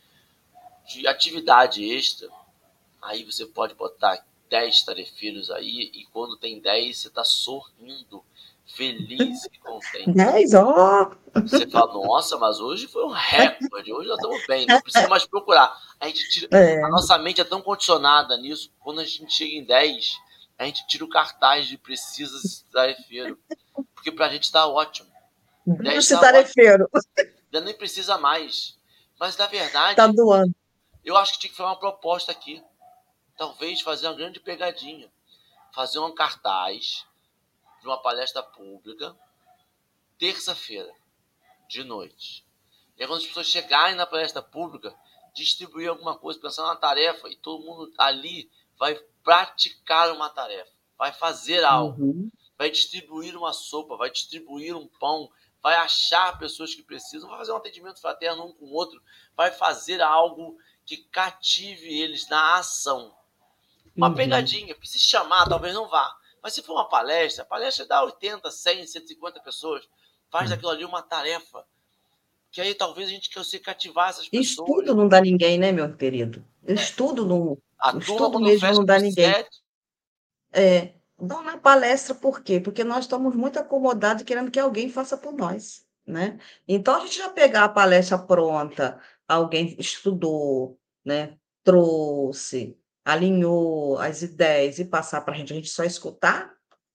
de atividade extra, aí você pode botar 10 tarefeiros aí, e quando tem 10, você está sorrindo, feliz e contente. 10, ó! Você fala, nossa, mas hoje foi um recorde, hoje nós estamos bem, não precisa mais procurar. A gente tira, a nossa mente é tão condicionada nisso, quando a gente chega em 10, a gente tira o cartaz de precisa tarefeiro, porque pra gente tá ótimo. 10 Esse tá ótimo, tarefeiro já nem precisa mais. Mas na tá verdade, doando. eu acho que tinha que fazer uma proposta aqui. Talvez fazer uma grande pegadinha. Fazer um cartaz de uma palestra pública, terça-feira, de noite. E aí, quando as pessoas chegarem na palestra pública, distribuir alguma coisa, pensar na tarefa, e todo mundo ali vai praticar uma tarefa, vai fazer algo, vai distribuir uma sopa, vai distribuir um pão, vai achar pessoas que precisam, vai fazer um atendimento fraterno um com o outro, vai fazer algo que cative eles na ação. Uma pegadinha, porque se chamar, talvez não vá. Mas se for uma palestra, a palestra dá 80, 100, 150 pessoas, faz daquilo ali uma tarefa. Que aí talvez a gente consiga cativar essas pessoas. Estudo não dá ninguém, né, meu querido? Estudo não. A turma, Estudo quando mesmo fecha não dá dos ninguém. 7, Não na palestra, por quê? Porque nós estamos muito acomodados querendo que alguém faça por nós, né? Então, a gente já pegar a palestra pronta, alguém estudou, né? Trouxe, alinhou as ideias e passar para a gente só escutar,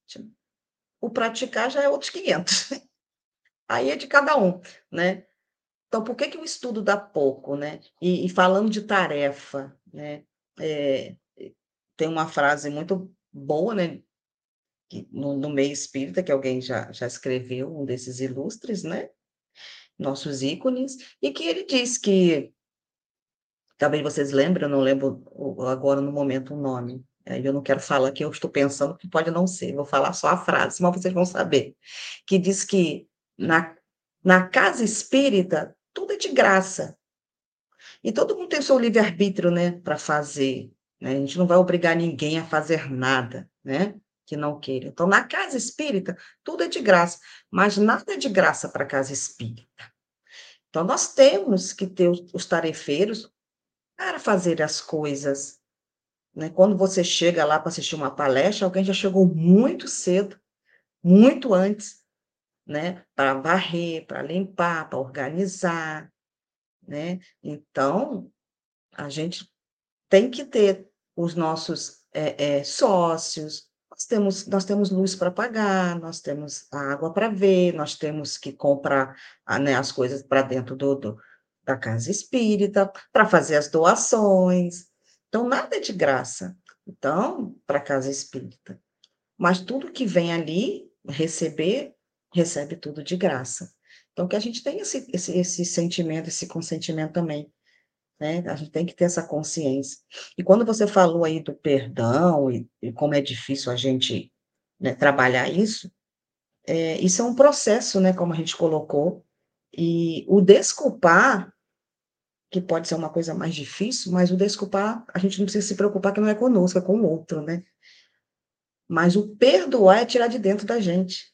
o praticar já é outros 500. Aí é de cada um, né? Então, por que que o estudo dá pouco, né? E falando de tarefa, né? É, tem uma frase muito boa, né? No meio espírita, que alguém já escreveu, um desses ilustres, né? Nossos ícones, e que ele diz que, talvez vocês lembrem, eu não lembro agora no momento o nome, eu não quero falar que eu estou pensando que pode não ser, vou falar só a frase, mas vocês vão saber, que diz que na casa espírita tudo é de graça, e todo mundo tem o seu livre-arbítrio, né, para fazer, né? A gente não vai obrigar ninguém a fazer nada, né, que não queira. Então, na casa espírita, tudo é de graça, mas nada é de graça para a casa espírita. Então, nós temos que ter os tarefeiros para fazer as coisas, né? Quando você chega lá para assistir uma palestra, alguém já chegou muito cedo, muito antes, né, para varrer, para limpar, para organizar, né? Então, a gente tem que ter os nossos sócios, Nós temos luz para pagar, nós temos a água para ver, nós temos que comprar, né, as coisas para dentro da casa espírita, para fazer as doações. Então, nada é de graça. Então, para a casa espírita. Mas tudo que vem ali, recebe tudo de graça. Então, que a gente tenha esse sentimento, esse consentimento também, né? A gente tem que ter essa consciência. E quando você falou aí do perdão e como é difícil a gente, né, trabalhar isso, isso é um processo, né, como a gente colocou, e o desculpar, que pode ser uma coisa mais difícil, mas o desculpar, a gente não precisa se preocupar que não é conosco, é com o outro, né? Mas o perdoar é tirar de dentro da gente.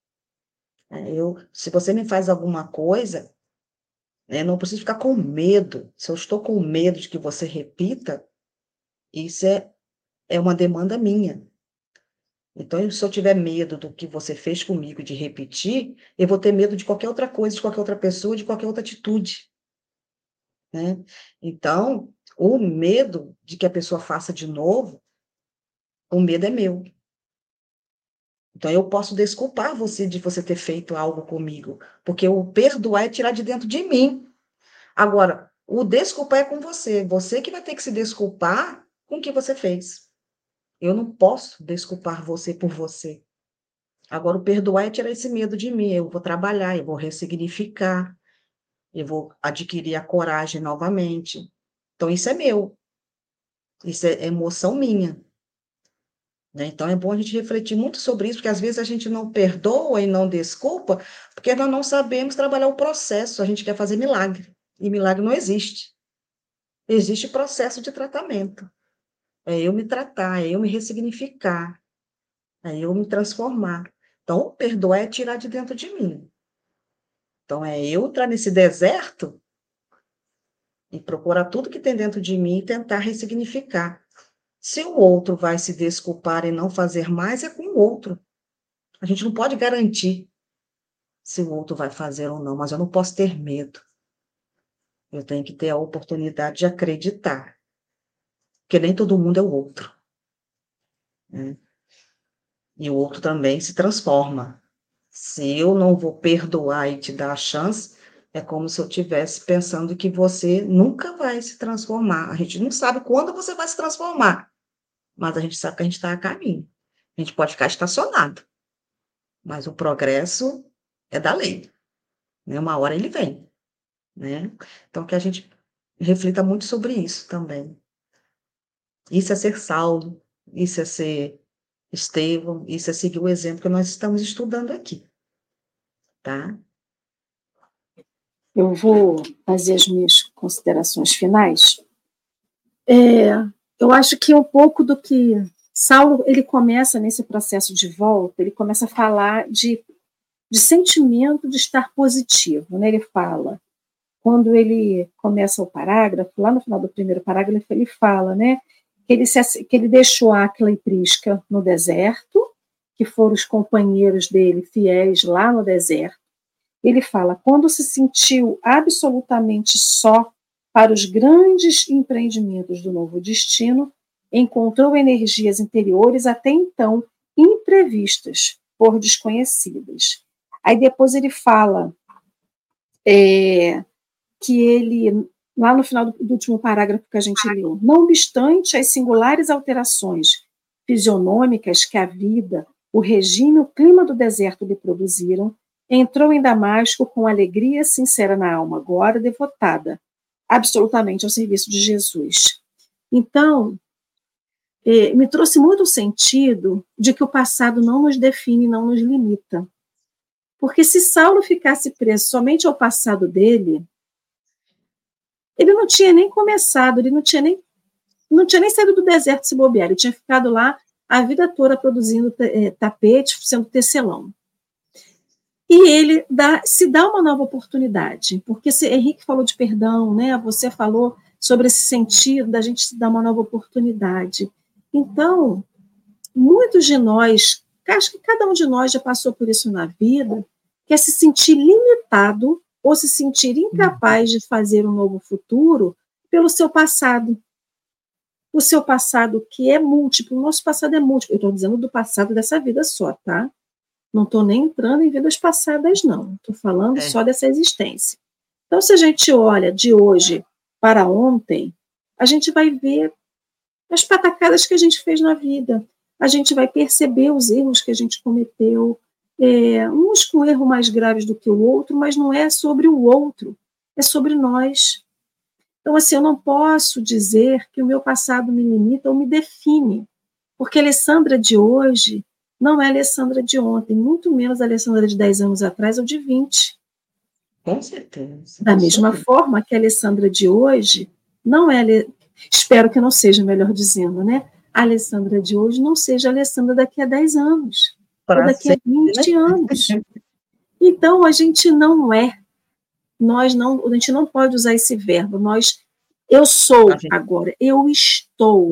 Se você me faz alguma coisa, né, não preciso ficar com medo. Se eu estou com medo de que você repita, isso é uma demanda minha. Então, se eu tiver medo do que você fez comigo de repetir, eu vou ter medo de qualquer outra coisa, de qualquer outra pessoa, de qualquer outra atitude, né? Então, o medo de que a pessoa faça de novo, o medo é meu. Então, eu posso desculpar você de você ter feito algo comigo, porque o perdoar é tirar de dentro de mim. Agora, o desculpar é com você. Você que vai ter que se desculpar com o que você fez. Eu não posso desculpar você por você. Agora, o perdoar é tirar esse medo de mim. Eu vou trabalhar, eu vou ressignificar, eu vou adquirir a coragem novamente. Então, isso é meu. Isso é emoção minha. Né? Então, é bom a gente refletir muito sobre isso, porque às vezes a gente não perdoa e não desculpa, porque nós não sabemos trabalhar o processo. A gente quer fazer milagre. E milagre não existe. Existe processo de tratamento. É eu me tratar, é eu me ressignificar, é eu me transformar. Então, perdoar é tirar de dentro de mim. Então, é eu entrar nesse deserto e procurar tudo que tem dentro de mim e tentar ressignificar. Se o outro vai se desculpar e não fazer mais, é com o outro. A gente não pode garantir se o outro vai fazer ou não, mas eu não posso ter medo. Eu tenho que ter a oportunidade de acreditar, porque nem todo mundo é o outro, né? E o outro também se transforma. Se eu não vou perdoar e te dar a chance, é como se eu estivesse pensando que você nunca vai se transformar. A gente não sabe quando você vai se transformar, mas a gente sabe que a gente está a caminho. A gente pode ficar estacionado, mas o progresso é da lei, né? Uma hora ele vem, né? Então, que a gente reflita muito sobre isso também. Isso é ser Saulo, isso é ser Estevão, isso é seguir o exemplo que nós estamos estudando aqui, tá? Eu vou fazer as minhas considerações finais. Eu acho que um pouco do que Saulo, ele começa nesse processo de volta, ele começa a falar de sentimento de estar positivo, né? Ele fala, quando ele começa o parágrafo, lá no final do primeiro parágrafo, ele fala, né, que ele deixou Áquila e Prisca no deserto, que foram os companheiros dele fiéis lá no deserto. Ele fala, quando se sentiu absolutamente só para os grandes empreendimentos do novo destino, encontrou energias interiores até então imprevistas por desconhecidas. Aí depois ele fala que ele, lá no final do último parágrafo que a gente leu, não obstante as singulares alterações fisionômicas que a vida, o regime e o clima do deserto lhe produziram, entrou em Damasco com alegria sincera na alma, agora devotada absolutamente ao serviço de Jesus. Então, me trouxe muito o sentido de que o passado não nos define, não nos limita. Porque se Saulo ficasse preso somente ao passado dele, ele não tinha nem começado, ele não tinha nem saído do deserto se bobear, ele tinha ficado lá a vida toda produzindo tapete, sendo tecelão. E ele se dá uma nova oportunidade, porque Henrique falou de perdão, né? Você falou sobre esse sentido da gente se dar uma nova oportunidade. Então, muitos de nós, acho que cada um de nós já passou por isso na vida, quer se sentir limitado ou se sentir incapaz de fazer um novo futuro pelo seu passado. o seu passado, que é múltiplo, o nosso passado é múltiplo. Eu estou dizendo do passado dessa vida só, tá? Não estou nem entrando em vidas passadas, não. Estou falando só dessa existência. Então, se a gente olha de hoje para ontem, a gente vai ver as patacadas que a gente fez na vida. A gente vai perceber os erros que a gente cometeu, uns com erro mais graves do que o outro, mas não é sobre o outro, é sobre nós. Então, assim, eu não posso dizer que o meu passado me limita ou me define, porque a Alessandra de hoje não é a Alessandra de ontem, muito menos a Alessandra de 10 anos atrás ou de 20. Com certeza. Da mesma forma que a Alessandra de hoje não é, espero que não seja, melhor dizendo, né? A Alessandra de hoje não seja a Alessandra daqui a 10 anos, ou daqui a 20 anos. Então, a gente não é, a gente não pode usar esse verbo, eu sou agora, eu estou,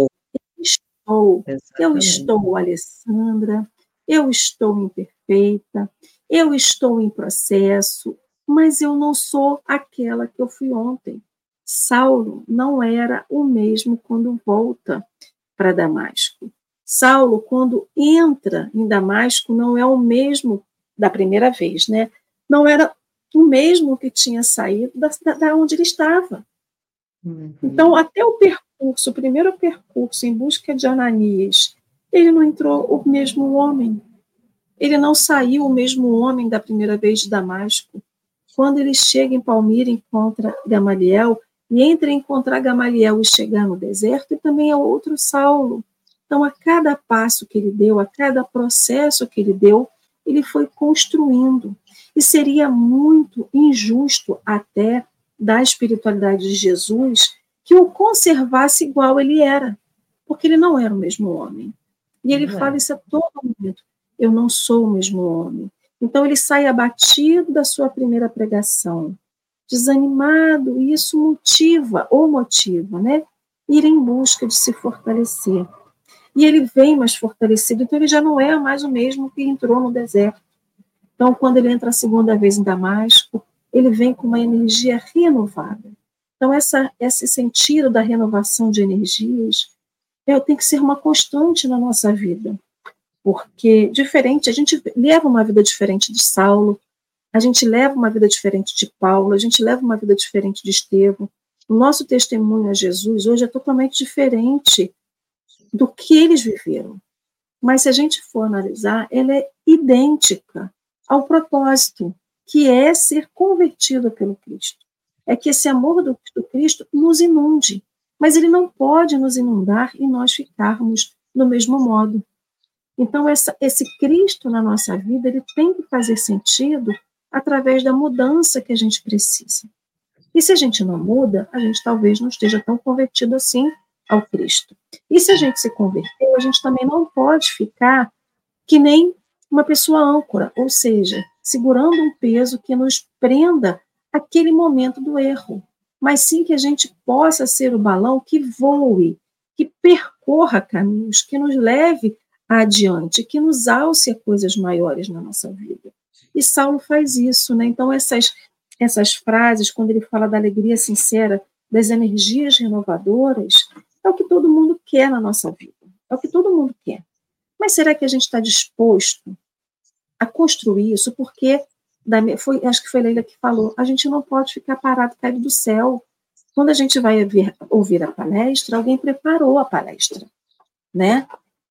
eu estou Alessandra, eu estou imperfeita, eu estou em processo, mas eu não sou aquela que eu fui ontem. Saulo não era o mesmo quando volta para Damasco. Saulo, quando entra em Damasco, não é o mesmo da primeira vez, né? Não era o mesmo que tinha saído da onde ele estava. Então, até o primeiro percurso em busca de Ananias, ele não entrou o mesmo homem. Ele não saiu o mesmo homem da primeira vez de Damasco. Quando ele chega em Palmira, encontra Gamaliel, e entre encontrar Gamaliel e chegar no deserto, ele também é outro Saulo. Então, a cada passo que ele deu, a cada processo que ele deu, ele foi construindo. E seria muito injusto até da espiritualidade de Jesus que o conservasse igual ele era, porque ele não era o mesmo homem. E ele fala isso a todo momento. Eu não sou o mesmo homem. Então, ele sai abatido da sua primeira pregação, desanimado, e isso motiva, né? Ir em busca de se fortalecer. E ele vem mais fortalecido, então ele já não é mais o mesmo que entrou no deserto. Então, quando ele entra a segunda vez em Damasco, ele vem com uma energia renovada. Então, esse sentido da renovação de energias tem que ser uma constante na nossa vida. Porque a gente leva uma vida diferente de Saulo, a gente leva uma vida diferente de Paulo, a gente leva uma vida diferente de Estevão. O nosso testemunho a Jesus hoje é totalmente diferente do que eles viveram. Mas se a gente for analisar, ela é idêntica ao propósito, que é ser convertido pelo Cristo. É que esse amor do Cristo nos inunde, mas ele não pode nos inundar e nós ficarmos do mesmo modo. Então, esse Cristo na nossa vida, ele tem que fazer sentido através da mudança que a gente precisa. E se a gente não muda, a gente talvez não esteja tão convertido assim ao Cristo. E se a gente se converteu, a gente também não pode ficar que nem uma pessoa âncora, ou seja, segurando um peso que nos prenda aquele momento do erro, mas sim que a gente possa ser o balão que voe, que percorra caminhos, que nos leve adiante, que nos alce a coisas maiores na nossa vida. E Saulo faz isso, né? Então, essas frases, quando ele fala da alegria sincera, das energias renovadoras, é o que todo mundo quer na nossa vida. É o que todo mundo quer. Mas será que a gente está disposto a construir isso? Porque, acho que foi Leila que falou, a gente não pode ficar parado, caído do céu. Quando a gente vai ouvir a palestra, alguém preparou a palestra, né?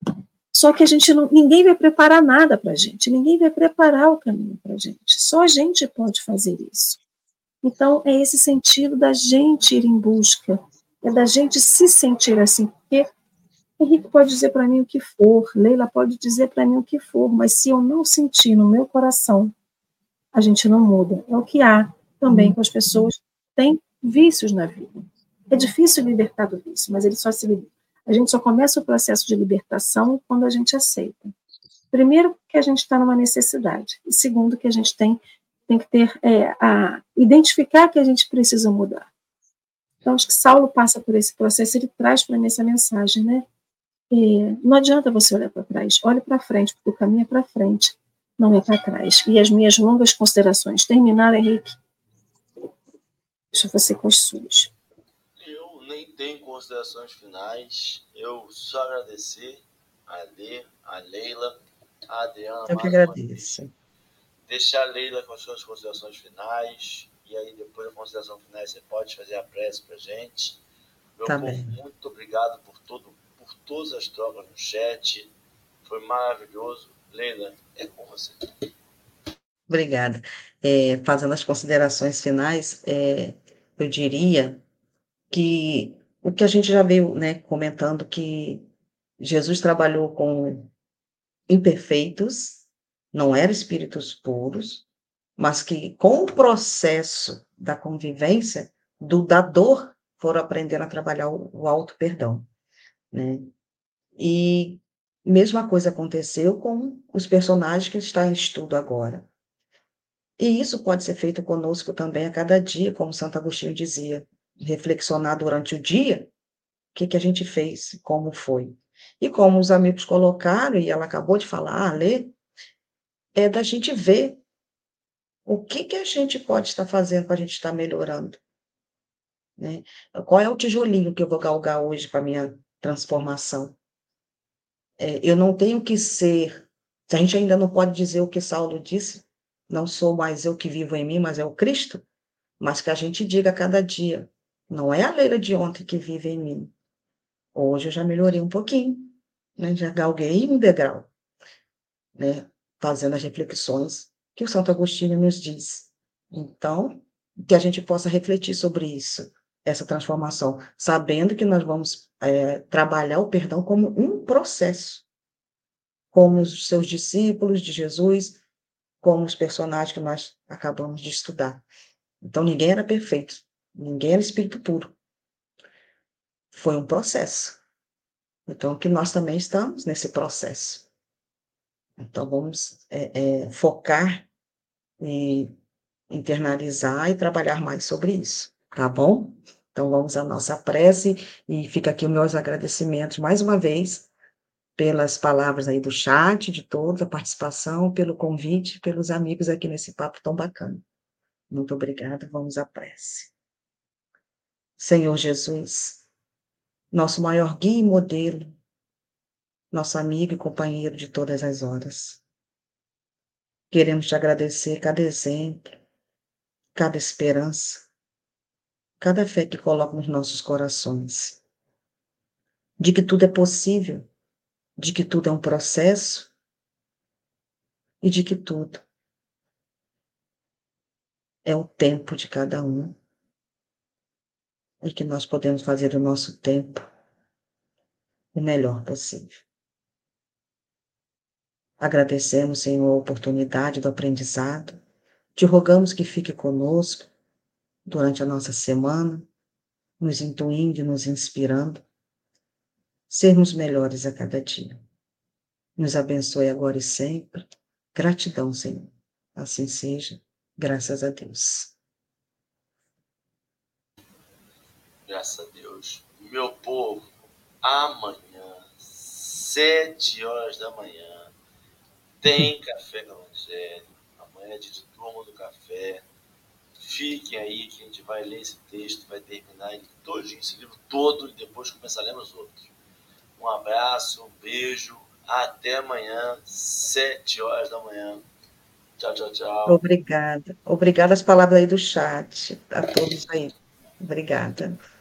Só que ninguém vai preparar nada para a gente, ninguém vai preparar o caminho para a gente. Só a gente pode fazer isso. Então, é esse sentido da gente ir em busca, é da gente se sentir assim, porque Henrique pode dizer para mim o que for, Leila pode dizer para mim o que for, mas se eu não sentir no meu coração, a gente não muda. É o que há também com as pessoas que têm vícios na vida. É difícil libertar do vício, mas ele só se liberta. A gente só começa o processo de libertação quando a gente aceita. Primeiro, que a gente está numa necessidade. E segundo, que a gente tem que ter identificar que a gente precisa mudar. Então, acho que Saulo passa por esse processo, ele traz para mim essa mensagem, né? Não adianta você olhar para trás, olhe para frente, porque o caminho é para frente, não é para trás. E as minhas longas considerações terminaram, Henrique. Deixa você com as suas. Eu nem tenho considerações finais. Eu só agradecer a Lê, a Leila, a Adriana Eu que mais uma vez. agradeço. Deixar a Leila com as suas considerações finais. E aí, depois da consideração final, você pode fazer a prece para gente. Meu Tá povo, bem. muito obrigado por todas as trocas no chat. Foi maravilhoso. Leila, é com você. Obrigada. Fazendo as considerações finais, eu diria que o que a gente já veio, né, comentando, que Jesus trabalhou com imperfeitos, não eram espíritos puros, mas que com o processo da convivência, da dor, foram aprendendo a trabalhar o auto-perdão, né? E mesma coisa aconteceu com os personagens que estão em estudo agora. E isso pode ser feito conosco também a cada dia, como Santo Agostinho dizia, reflexionar durante o dia o que a gente fez, como foi. E como os amigos colocaram, e ela acabou de falar, Lê, é da gente ver o que a gente pode estar fazendo para a gente estar melhorando, né? Qual é o tijolinho que eu vou galgar hoje para a minha transformação? Eu não tenho que ser, se a gente ainda não pode dizer o que Saulo disse, não sou mais eu que vivo em mim, mas é o Cristo, mas que a gente diga a cada dia, não é a Leila de ontem que vive em mim. Hoje eu já melhorei um pouquinho, né? Já galguei um degrau, né? Fazendo as reflexões que o Santo Agostinho nos diz. Então, que a gente possa refletir sobre isso, essa transformação, sabendo que nós vamos trabalhar o perdão como um processo, como os seus discípulos de Jesus, como os personagens que nós acabamos de estudar. Então, ninguém era perfeito, ninguém era espírito puro. Foi um processo. Então, que nós também estamos nesse processo. Então, vamos focar e internalizar e trabalhar mais sobre isso, tá bom? Então, vamos à nossa prece e fica aqui os meus agradecimentos mais uma vez pelas palavras aí do chat, de toda a participação, pelo convite, pelos amigos aqui nesse papo tão bacana. Muito obrigada, vamos à prece. Senhor Jesus, nosso maior guia e modelo, nosso amigo e companheiro de todas as horas. Queremos te agradecer cada exemplo, cada esperança, cada fé que coloca nos nossos corações, de que tudo é possível, de que tudo é um processo e de que tudo é o tempo de cada um e que nós podemos fazer do nosso tempo o melhor possível. Agradecemos, Senhor, a oportunidade do aprendizado, te rogamos que fique conosco durante a nossa semana, nos intuindo e nos inspirando, sermos melhores a cada dia. Nos abençoe agora e sempre. Gratidão, Senhor. Assim seja, graças a Deus. Graças a Deus. Meu povo, amanhã, 7 horas da manhã, tem Café com Evangelho. Amanhã é dia de turma do café. Fiquem aí que a gente vai ler esse texto, vai terminar ele todinho, esse livro todo, e depois começaremos os outros. Um abraço, um beijo, até amanhã, 7 horas da manhã. Tchau, tchau, tchau. Obrigada. Obrigada as palavras aí do chat, a todos aí. Obrigada.